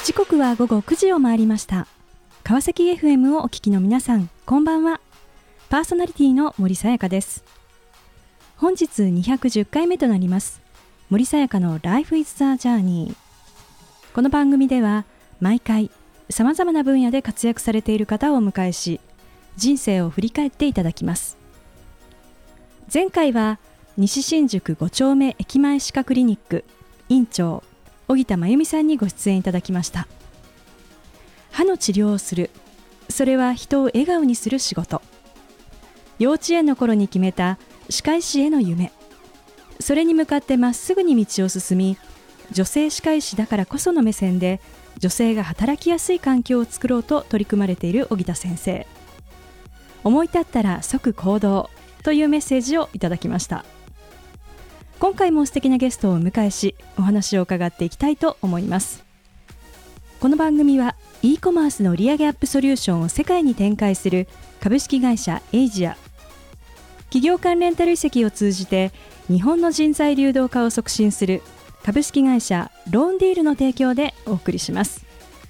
時刻は午後9時を回りました。川崎 FM をお聞きの皆さん、こんばんは。パーソナリティの森さやかです。本日210回目となります森さやかの Life is the Journey。 この番組では毎回さまざまな分野で活躍されている方をお迎えし、人生を振り返っていただきます。前回は西新宿5丁目駅前歯科クリニック院長荻田真由美さんにご出演いただきました。歯の治療をする、それは人を笑顔にする仕事。幼稚園の頃に決めた歯科医師への夢、それに向かってまっすぐに道を進み、女性歯科医師だからこその目線で女性が働きやすい環境を作ろうと取り組まれている荻田先生。思い立ったら即行動というメッセージをいただきました。今回も素敵なゲストをお迎えし、お話を伺っていきたいと思います。この番組は e コマースの売上アップソリューションを世界に展開する株式会社エイジア、企業間レンタル移籍を通じて日本の人材流動化を促進する株式会社ローンディールの提供でお送りします。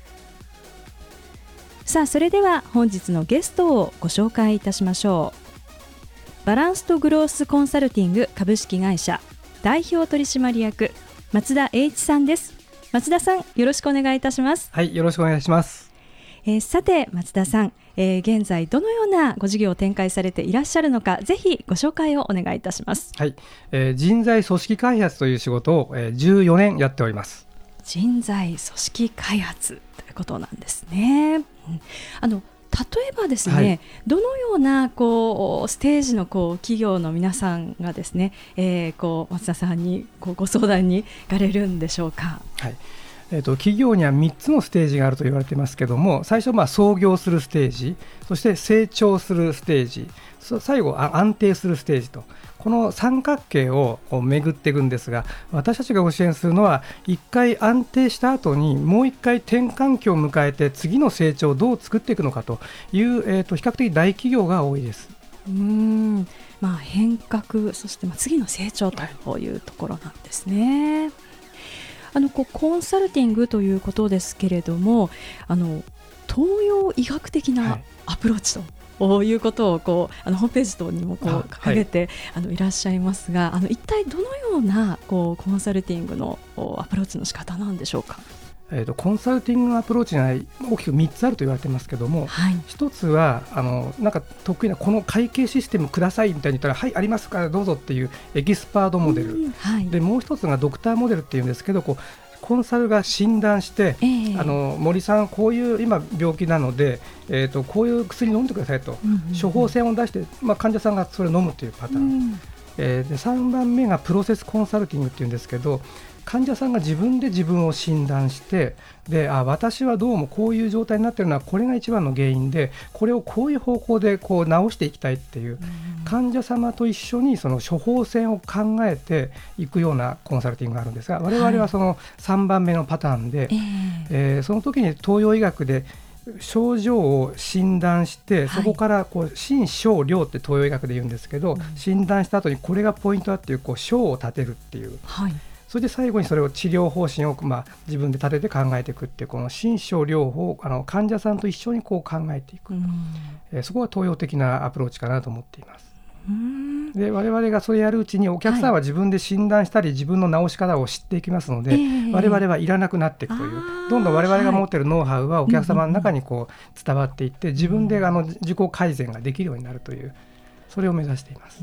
さあ、それでは本日のゲストをご紹介いたしましょう。バランスとグロースコンサルティング株式会社代表取締役松田英一さんです。松田さん、よろしくお願いいたします。 はい、よろしくお願いします。 さて松田さん、現在どのようなご事業を展開されていらっしゃるのか、ぜひご紹介をお願いいたします。 はい、人材組織開発という仕事を、14年やっております。 人材組織開発ということなんですね。例えばですね、はい、どのようなステージの企業の皆さんがですね、松田さんにご相談に行かれるんでしょうか。 はい、企業には3つのステージがあると言われていますけども、最初創業するステージ、そして成長するステージ、最後安定するステージと、この三角形を巡っていくんですが、私たちがご支援するのは1回安定した後にもう1回転換期を迎えて次の成長をどう作っていくのかという、比較的大企業が多いです。 変革、そして次の成長というところなんですね。コンサルティングということですけれども、東洋医学的なアプローチということをホームページ等にも掲げて、いらっしゃいますが、一体どのようなコンサルティングのアプローチの仕方なんでしょうか。 コンサルティングのアプローチには大きく3つあると言われてますけども、はい、1つはなんか得意なこの会計システムくださいみたいに言ったら、はいありますからどうぞっていうエキスパートモデル、はい、でもう1つがドクターモデルっていうんですけど、コンサルが診断して、森さんこういう今病気なので、こういう薬飲んでくださいと、処方箋を出して、患者さんがそれを飲むというパターン、で3番目がプロセスコンサルティングっていうんですけど、患者さんが自分で自分を診断して、で私はどうもこういう状態になっているのはこれが一番の原因で、これをこういう方向で治していきたいっていう、患者様と一緒にその処方箋を考えていくようなコンサルティングがあるんですが、我々はその3番目のパターンで、その時に東洋医学で症状を診断して、そこから診症療って東洋医学で言うんですけど、診断した後にこれがポイントだっていう章を立てるっていう、それで最後にそれを治療方針を自分で立てて考えていくっていう、この診症療法、患者さんと一緒に考えていく、そこが東洋的なアプローチかなと思っています。で我々がそれやるうちにお客さんは自分で診断したり、自分の治し方を知っていきますので、我々はいらなくなっていくという、どんどん我々が持っているノウハウはお客様の中に伝わっていって、自分で自己改善ができるようになるという、それを目指しています。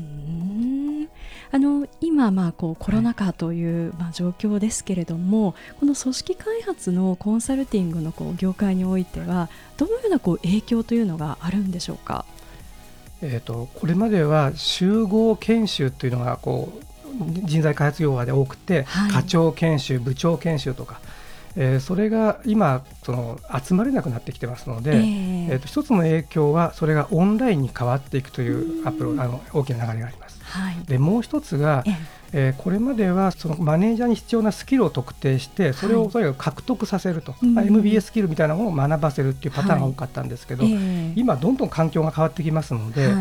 今コロナ禍という状況ですけれども、この組織開発のコンサルティングの業界においてはどのような影響というのがあるんでしょうか。 これまでは集合研修というのが人材開発業で多くて、課長研修、部長研修とか、それが今集まれなくなってきてますので、一つの影響はそれがオンラインに変わっていくという大きな流れがあります。でもう一つが、これまではそのマネージャーに必要なスキルを特定して、それをとにかく獲得させると、MBA スキルみたいなものを学ばせるっていうパターンが多かったんですけど、今どんどん環境が変わってきますので、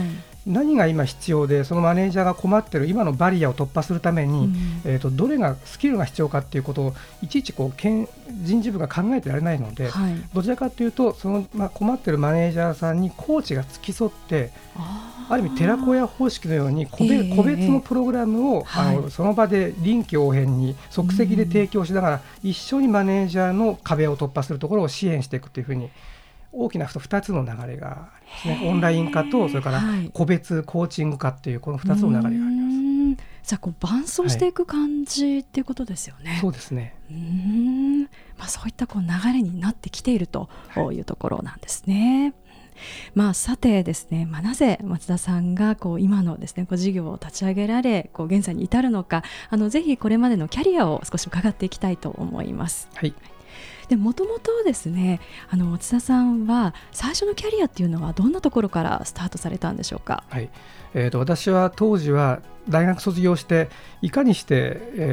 何が今必要で、そのマネージャーが困っている今のバリアを突破するために、どれがスキルが必要かっていうことをいちいち人事部が考えてられないので、どちらかというとその、困っているマネージャーさんにコーチが付き添って、ある意味寺子屋方式のように個別のプログラムを、その場で臨機応変に即席で提供しながら、一緒にマネージャーの壁を突破するところを支援していくというふうに、大きな2つの流れがありますね。オンライン化とそれから個別コーチング化っていうこの2つの流れがあります。 じゃあ伴走していく感じっていうことですよね。 そうですね。 そういった流れになってきているというところなんですね。さてですね、なぜ松田さんが今のですね事業を立ち上げられ現在に至るのか、ぜひこれまでのキャリアを少し伺っていきたいと思います。でもともとですね、松田さんは最初のキャリアっていうのはどんなところからスタートされたんでしょうか。 私は当時は大学卒業していかにして、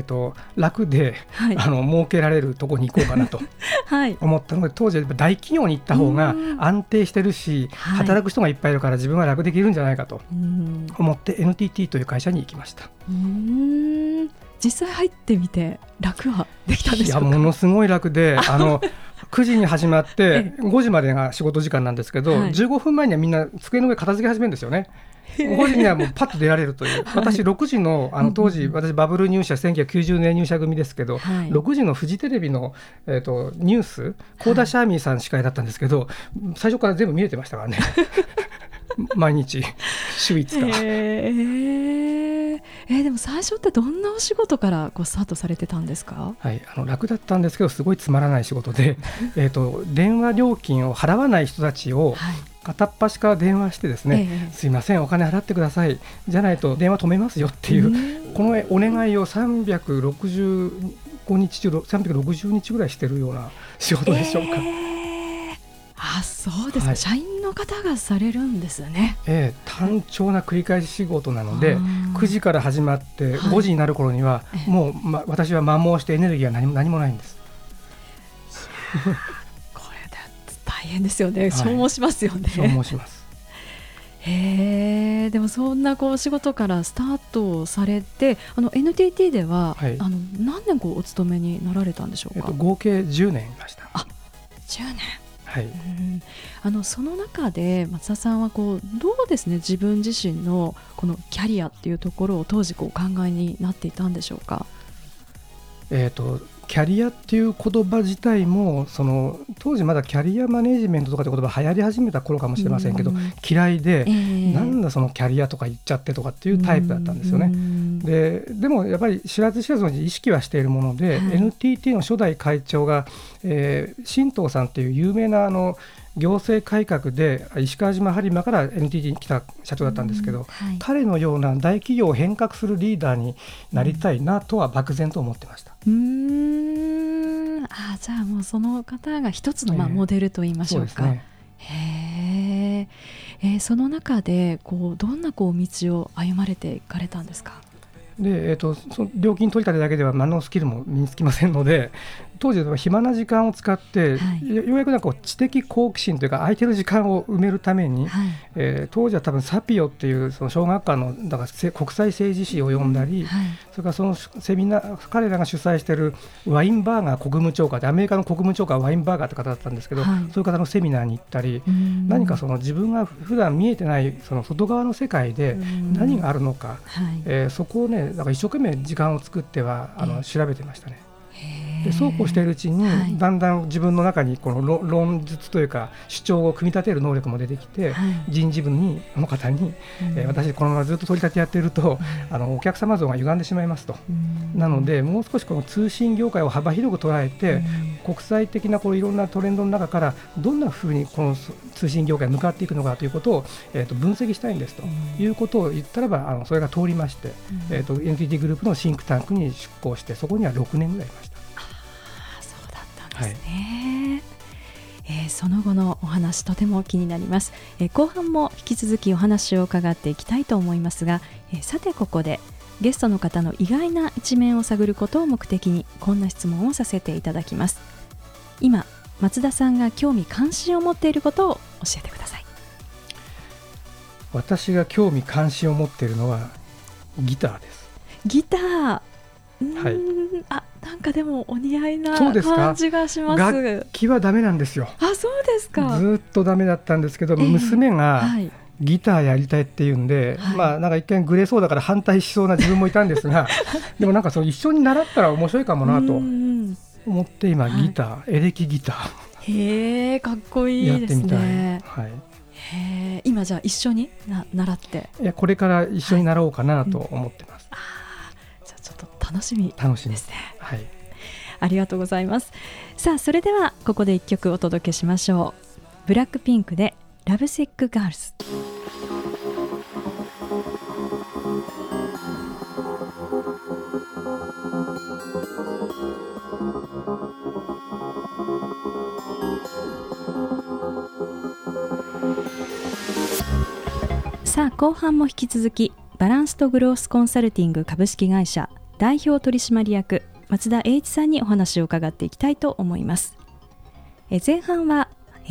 楽で、儲けられるところに行こうかなと思ったので、当時は大企業に行った方が安定してるし、働く人がいっぱいいるから自分は楽できるんじゃないかと思って NTT という会社に行きました。 実際入ってみて楽はできたんでしょうか。 ものすごい楽で、9時に始まって5時までが仕事時間なんですけど、15分前にはみんな机の上片付け始めるんですよね。5時にはもうパッと出られるという私6時の、当時私バブル入社1990年入社組ですけど、6時のフジテレビの、ニュース幸田シャーミーさん司会だったんですけど、最初から全部見れてましたからね毎日週5日。 でも最初ってどんなお仕事からスタートされてたんですか。 楽だったんですけど、すごいつまらない仕事で電話料金を払わない人たちを片っ端から電話してですね、すいませんお金払ってください、じゃないと電話止めますよっていう、このお願いを365日中360日ぐらいしてるような仕事でしょうか。 そうですか。社員の方がされるんですね。 単調な繰り返し仕事なので、9時から始まって5時になる頃にはもう、私は摩耗してエネルギーは何もないんです。 これだって大変ですよね。消耗しますよね。 消耗します。 でもそんな仕事からスタートされて、NTT では、何年お勤めになられたんでしょうか。 合計10年いました。 10年。その中で松田さんはどうですね、自分自身のこのキャリアっていうところを当時お考えになっていたんでしょうか。 キャリアっていう言葉自体も当時まだキャリアマネジメントとかって言葉流行り始めた頃かもしれませんけど、嫌いで、なんだそのキャリアとか言っちゃってとかっていうタイプだったんですよね。でもやっぱり知らず知らずのうちに意識はしているもので、NTT の初代会長が、新藤さんっていう有名な行政改革で石川島播磨から NTT に来た社長だったんですけど、彼のような大企業を変革するリーダーになりたいなとは漠然と思ってました。 じゃあもうその方が一つのモデルといいましょうか。そうですね。その中でどんな道を歩まれていかれたんですか。 でその料金取り立てだけでは何のスキルも身につきませんので、当時は暇な時間を使って、ようやく知的好奇心というか空いてる時間を埋めるために、当時は多分サピオっていうその小学館の国際政治史を読んだり、それからそのセミナー彼らが主催しているワインバーガー国務長官で、アメリカの国務長官はワインバーガーって方だったんですけど、そういう方のセミナーに行ったり、何か自分が普段見えてない外側の世界で何があるのか、そこをね一生懸命時間を作っては調べてましたね。でそうこうしているうちに、だんだん自分の中にこの論述というか主張を組み立てる能力も出てきて、人事部の方に、私このままずっと取り立てやっているとお客様像が歪んでしまいますと、なのでもう少しこの通信業界を幅広く捉えて、国際的ないろんなトレンドの中からどんなふうにこの通信業界に向かっていくのかということを、分析したいんですということを言ったらば、それが通りまして、NTT グループのシンクタンクに出向して、そこには6年ぐらいいました。 そうだったんですね。その後のお話とても気になります。後半も引き続きお話を伺っていきたいと思いますが、さてここでゲストの方の意外な一面を探ることを目的にこんな質問をさせていただきます。今松田さんが興味関心を持っていることを教えてください。 私が興味関心を持っているのはギターです。 ギター、はい、なんかでもお似合いな感じがします。 楽器はダメなんですよ。 そうですか。 ずっとダメだったんですけど、娘がギターやりたいっていうんで、なんか一見グレそうだから反対しそうな自分もいたんですがでもなんか一緒に習ったら面白いかもなと思って今ギター、エレキギターかっこいいですね。 はい、 今じゃあ一緒に習って、 これから一緒に習おうかなと思ってます。 じゃあちょっと楽しみですね。 はい、 ありがとうございます。さあそれではここで1曲お届けしましょう。ブラックピンクでラブシックガールズ。さあ後半も引き続きバランスとグロースコンサルティング株式会社代表取締役松田英一さんにお話を伺っていきたいと思います。前半は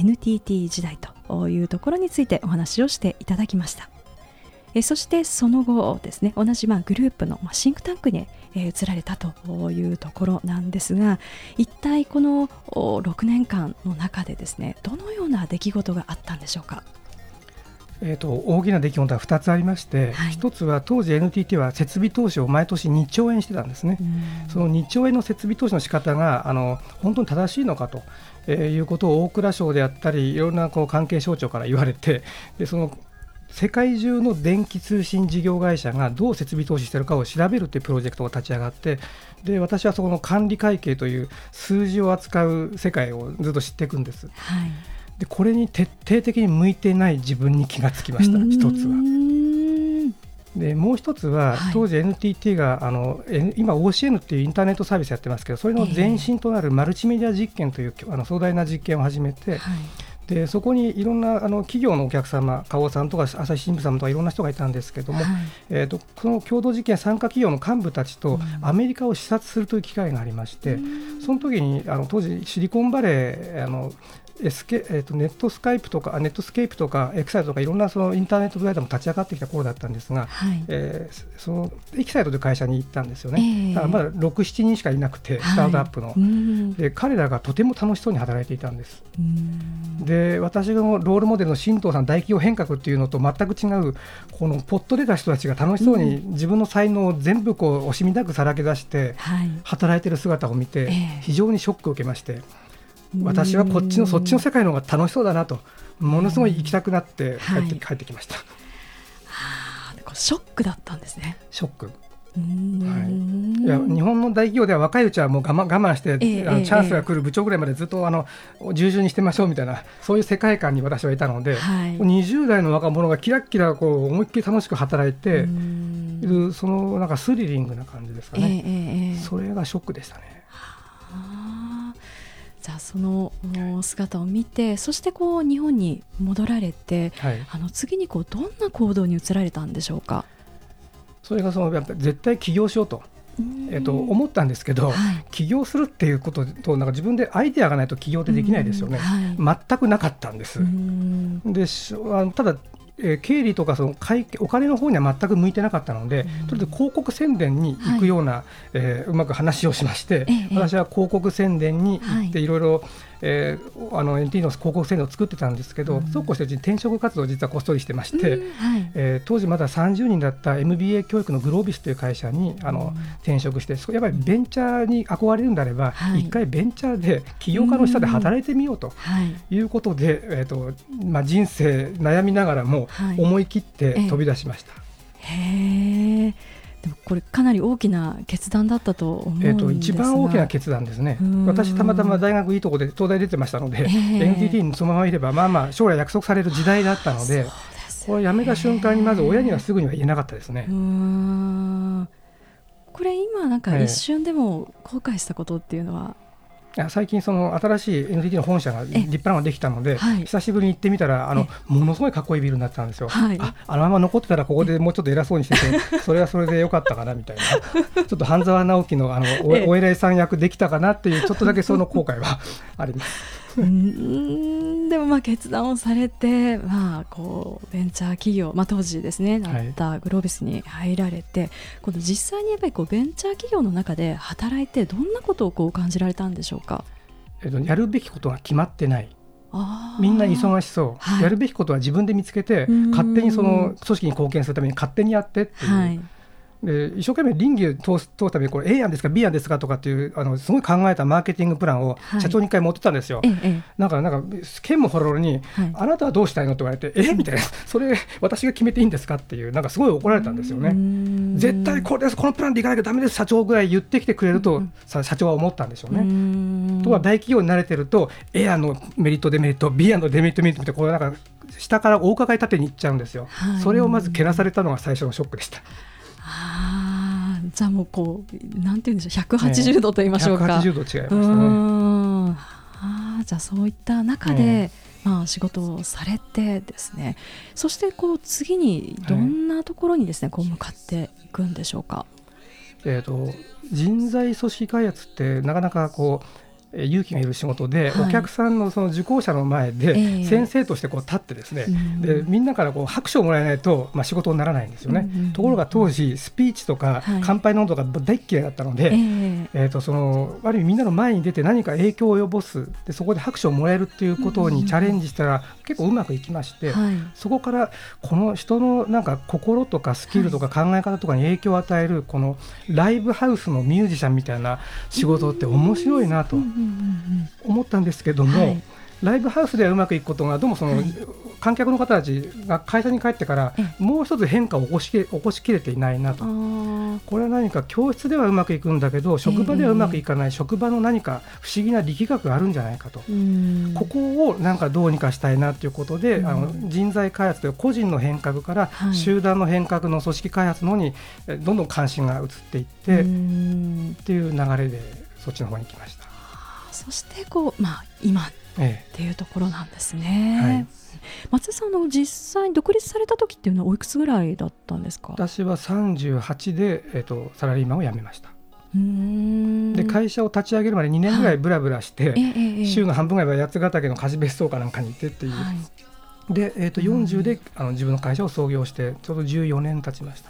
NTT 時代というところについてお話をしていただきました。そしてその後ですね、同じグループのシンクタンクに移られたというところなんですが、一体この6年間の中でですね、どのような出来事があったんでしょうか。 大きな出来事は2つありまして、1つは当時 NTT は設備投資を毎年2兆円してたんですね。その2兆円の設備投資の仕方が本当に正しいのかということを大蔵省であったりいろんな関係省庁から言われて、でその世界中の電気通信事業会社がどう設備投資しているかを調べるというプロジェクトが立ち上がって、で私はそこの管理会計という数字を扱う世界をずっと知っていくんです。でこれに徹底的に向いてない自分に気がつきました。一つはで、もう一つは当時 NTT が今 OCN っていうインターネットサービスやってますけど、それの前身となるマルチメディア実験という壮大な実験を始めて、でそこにいろんな企業のお客様、花王さんとか朝日新聞さんとかいろんな人がいたんですけども、その共同実験参加企業の幹部たちとアメリカを視察するという機会がありまして、その時に当時シリコンバレーネットスケープとかエクサイトとかいろんなそのインターネットプロバイダーも立ち上がってきた頃だったんですが、そのエキサイトという会社に行ったんですよね。だからまだ 6,7 人しかいなくて、スタートアップの、で彼らがとても楽しそうに働いていたんです。で私がロールモデルの新藤さん大企業変革っていうのと全く違う、このポッと出た人たちが楽しそうに自分の才能を全部惜しみなくさらけ出して働いている姿を見て非常にショックを受けまして、私はそっちの世界の方が楽しそうだなと、ものすごい行きたくなって帰ってきました。 ショックだったんですね。 ショック。いや日本の大企業では若いうちはもう我慢して、チャンスが来る部長ぐらいまでずっと従順にしてましょうみたいな、そういう世界観に私はいたので、20代の若者がキラッキラ思いっきり楽しく働いている、そのなんかスリリングな感じですかね。それがショックでしたね。 じゃあその姿を見て、そして日本に戻られて、次にどんな行動に移られたんでしょうか。 それがやっぱり絶対起業しようと、思ったんですけど、起業するっていうこととなんか自分でアイデアがないと起業ってできないですよね。全くなかったんです。でただ経理とかお金の方には全く向いてなかったので、とりあえず広告宣伝に行くような、うまく話をしまして、私は広告宣伝に行っていろいろNTT の広告宣伝を作ってたんですけど、そうこうしてるうちに転職活動を実はこっそりしてまして、当時まだ30人だった MBA 教育のグロービスという会社に転職して、やっぱりベンチャーに憧れるんであれば、一回ベンチャーで起業家の下で働いてみようということで、人生悩みながらも思い切って飛び出しました。 でもこれかなり大きな決断だったと思うんですが、 一番大きな決断ですね。私たまたま大学いいところで東大出てましたので、NTT にそのままいれば将来約束される時代だったので、これ辞めた瞬間にまず親にはすぐには言えなかったですね。 これ今なんか一瞬でも後悔したことっていうのは、 最近新しい NTT の本社が立派なのができたので、久しぶりに行ってみたらものすごいかっこいいビルになってたんですよ。あのまま残ってたらここでもうちょっと偉そうにしててそれはそれでよかったかなみたいなちょっと半沢直樹のお偉いさん役できたかなっていうちょっとだけその後悔はあります。 でも決断をされて、こうベンチャー企業、当時ですねだったグロービスに入られて、今度実際にやっぱりベンチャー企業の中で働いてどんなことを感じられたんでしょうか。 やるべきことが決まってない、みんな忙しそう、やるべきことは自分で見つけて勝手にその組織に貢献するために勝手にやってっていう、で一生懸命倫理を通すためにこれ A 案ですか B 案ですかとかっていうすごい考えたマーケティングプランを社長に一回持ってたんですよ。なんか剣もほろろに、あなたはどうしたいのって言われて、みたいな、それ私が決めていいんですかっていう、なんかすごい怒られたんですよね。絶対これです、このプランでいかなきゃダメです社長ぐらい言ってきてくれると、社長は思ったんでしょうね。とは大企業に慣れてると A 案のメリットデメリット B 案のデメリットメリットってこれなんか下からお伺い立てにいっちゃうんですよ。それをまずけなされたのが最初のショックでした。 じゃあもうなんていうんでしょう、180度と言いましょうか、 180度違いましたね。 じゃあそういった中で、仕事をされてですね、そして次にどんなところにですね、向かっていくんでしょうか。 人材組織開発ってなかなか勇気がいる仕事で、お客さんのその受講者の前で先生として立ってですね、でみんなから拍手をもらえないと、仕事にならないんですよね。ところが当時スピーチとか乾杯の音が大っ嫌いだったので、そのある意味みんなの前に出て何か影響を及ぼす、でそこで拍手をもらえるっていうことにチャレンジしたら結構うまくいきまして、そこからこの人のなんか心とかスキルとか考え方とかに影響を与えるこのライブハウスのミュージシャンみたいな仕事って面白いなと思ったんですけども、ライブハウスではうまくいくことがどうもその観客の方たちが会社に帰ってからもう一つ変化を起こしきれていないなと。これは何か教室ではうまくいくんだけど職場ではうまくいかない、職場の何か不思議な力学があるんじゃないかと、ここをなんかどうにかしたいなということで、人材開発という個人の変革から集団の変革の組織開発の方にどんどん関心が移っていってっていう流れでそっちの方に行きました。 そして今っていうところなんですね。松井さんの実際独立された時っていうのはおいくつぐらいだったんですか。 私は38で、サラリーマンを辞めました。で会社を立ち上げるまで2年ぐらいブラブラして、週の半分ぐらいは八ヶ岳の貸別荘かなんかに行ってっていう、で、40で自分の会社を創業してちょうど14年経ちました。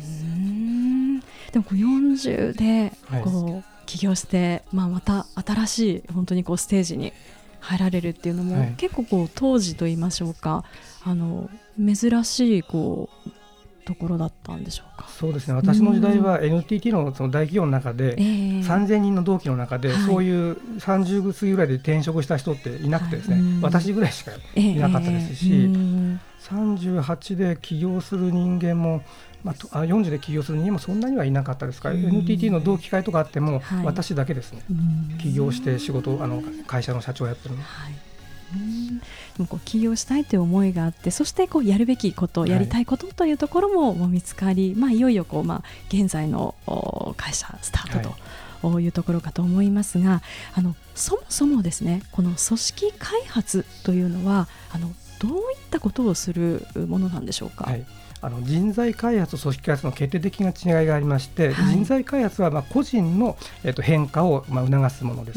でも40で起業して、また新しい本当にステージに入られるっていうのも、結構当時と言いましょうか珍しいところだったんでしょうか。 そうですね、私の時代は NTT のその大企業の中で、3000人の同期の中で、そういう30過ぎぐらいで転職した人っていなくてですね、私ぐらいしかいなかったですし、38で起業する人間も、40で起業する人間もそんなにはいなかったですから、NTT の同期会とかあっても、私だけですね、起業して仕事会社の社長をやってるの。 でも起業したいという思いがあって、そしてやるべきこと、やりたいことというところも見つかり、いよいよ現在の会社スタートというところかと思いますが、そもそもですね、この組織開発というのはどういったことをするものなんでしょうか。 人材開発と組織開発の決定的な違いがありまして、人材開発は個人の変化を促すものです。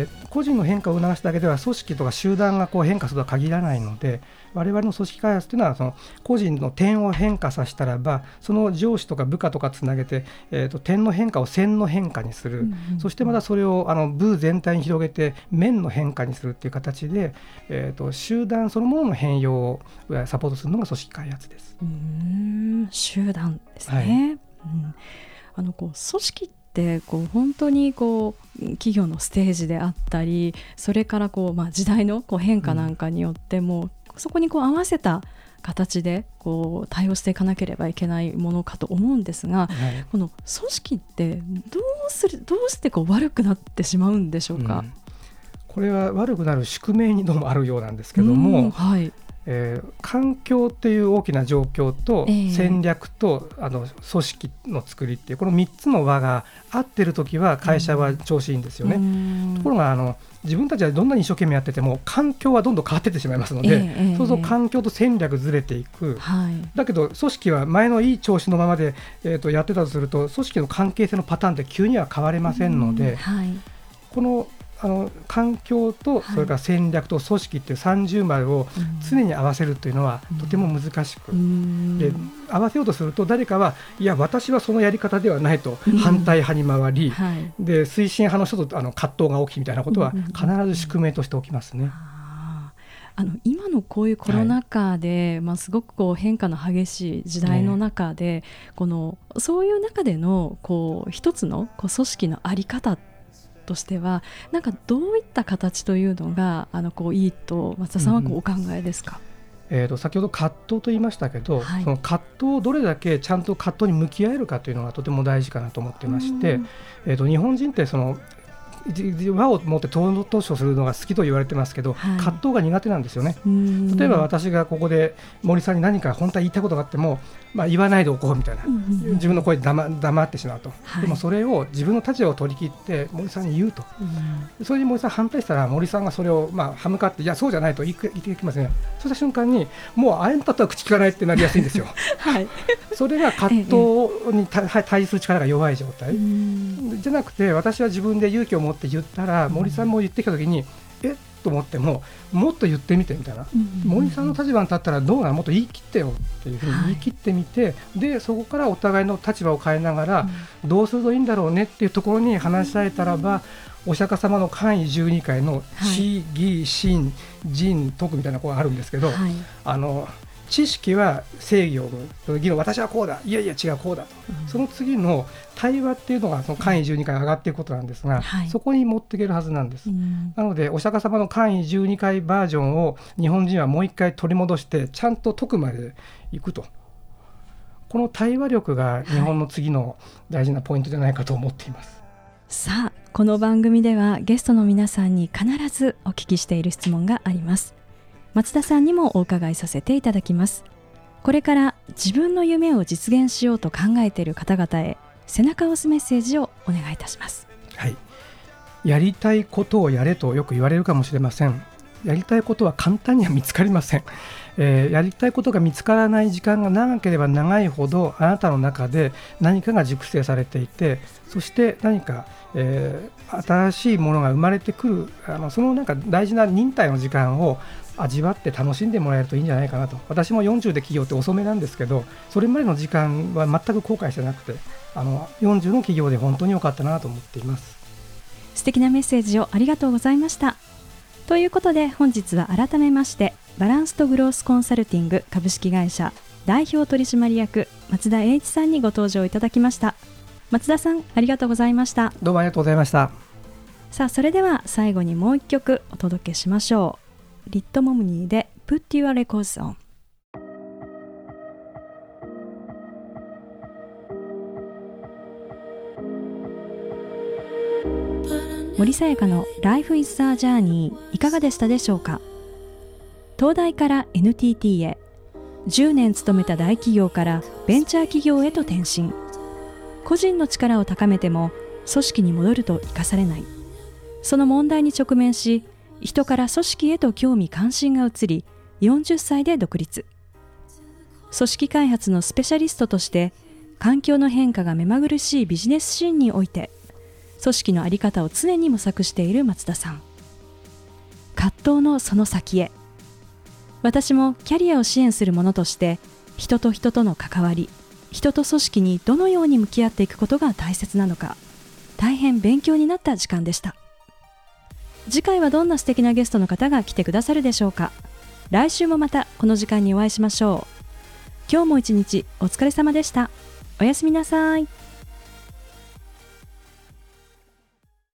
個人の変化を促すだけでは組織とか集団が変化するとは限らないので、我々の組織開発というのはその個人の点を変化させたらば、その上司とか部下とかつなげて、点の変化を線の変化にする、そしてまたそれを部全体に広げて面の変化にするという形で、集団そのものの変容をサポートするのが組織開発です。 集団ですね。組織って本当に企業のステージであったり、それから時代の変化なんかによっても、そこに合わせた形で対応していかなければいけないものかと思うんですが、この組織ってどうして悪くなってしまうんでしょうか。 これは悪くなる宿命にどうもあるようなんですけども、環境っていう大きな状況と戦略と組織の作りっていうこの3つの輪が合ってるときは会社は調子いいんですよね。ところが自分たちはどんなに一生懸命やってても環境はどんどん変わっていってしまいますので、そうすると環境と戦略ずれていく、だけど組織は前のいい調子のままで、やってたとすると組織の関係性のパターンって急には変われませんので、この環境とそれから戦略と組織っていう三重丸を常に合わせるというのはとても難しく、で合わせようとすると誰かはいや私はそのやり方ではないと反対派に回り、で推進派の人と葛藤が起きみたいなことは必ず宿命として起きますね。 今のこういうコロナ禍で、すごく変化の激しい時代の中で、そういう中での一つの組織の在り方としてはなんかどういった形というのがいいと松田さんはお考えですか？ 先ほど葛藤と言いましたけど、その葛藤をどれだけちゃんと葛藤に向き合えるかというのがとても大事かなと思っていまして、日本人って和を持って統治するのが好きと言われてますけど、葛藤が苦手なんですよね。例えば私がここで森さんに何か本当は言いたいことがあっても、言わないでおこうみたいな、自分の声で黙ってしまうと、でもそれを自分の立場を取り切って森さんに言うと、それに森さん反対したら森さんがそれを歯向かっていやそうじゃないと言ってきますね。そうした瞬間にもうあんたとは口聞かないってなりやすいんですよ。それが葛藤に対する力が弱い状態じゃなくて、私は自分で勇気を持って言ったら森さんも言ってきた時にと思ってもっと言ってみてみたいな、森さんの立場に立ったらどうなの、もっと言い切ってよっていうふうに言い切ってみて、でそこからお互いの立場を変えながらどうするといいんだろうねっていうところに話し合えたらば、お釈迦様の漢位12回の知義信仁徳みたいなことがあるんですけど、知識は正義を生む議論、私はこうだ、いやいや違うこうだと、その次の対話っていうのがその漢位12回上がっていくことなんですが、そこに持っていけるはずなんです。なのでお釈迦様の漢位12回バージョンを日本人はもう一回取り戻してちゃんと解くまでいくと、この対話力が日本の次の大事なポイントじゃないかと思っています。 さあこの番組ではゲストの皆さんに必ずお聞きしている質問があります。松田さんにもお伺いさせていただきます。これから自分の夢を実現しようと考えている方々へ背中を押すメッセージをお願いいたします。 やりたいことをやれとよく言われるかもしれません。やりたいことは簡単には見つかりません。やりたいことが見つからない時間が長ければ長いほどあなたの中で何かが熟成されていて、そして何か、新しいものが生まれてくる、その大事な忍耐の時間を味わって楽しんでもらえるといいんじゃないかなと。私も40で起業って遅めなんですけど、それまでの時間は全く後悔してなくて、40の起業で本当に良かったなと思っています。 素敵なメッセージをありがとうございました。ということで本日は改めましてバランスとグロースコンサルティング株式会社代表取締役松田英一さんにご登場いただきました。松田さんありがとうございました。 どうもありがとうございました。 さあそれでは最後にもう一曲お届けしましょう。リット・モムニーで Put Your Records On。森さやかの Life is a Journey いかがでしたでしょうか。東大から NTT へ10年勤めた大企業からベンチャー企業へと転身。個人の力を高めても組織に戻ると生かされない。その問題に直面し人から組織へと興味関心が移り40歳で独立。組織開発のスペシャリストとして環境の変化が目まぐるしいビジネスシーンにおいて組織の在り方を常に模索している松田さん。葛藤のその先へ。私もキャリアを支援する者として人と人との関わり、人と組織にどのように向き合っていくことが大切なのか、大変勉強になった時間でした。次回はどんな素敵なゲストの方が来てくださるでしょうか。来週もまたこの時間にお会いしましょう。今日も一日お疲れ様でした。おやすみなさい。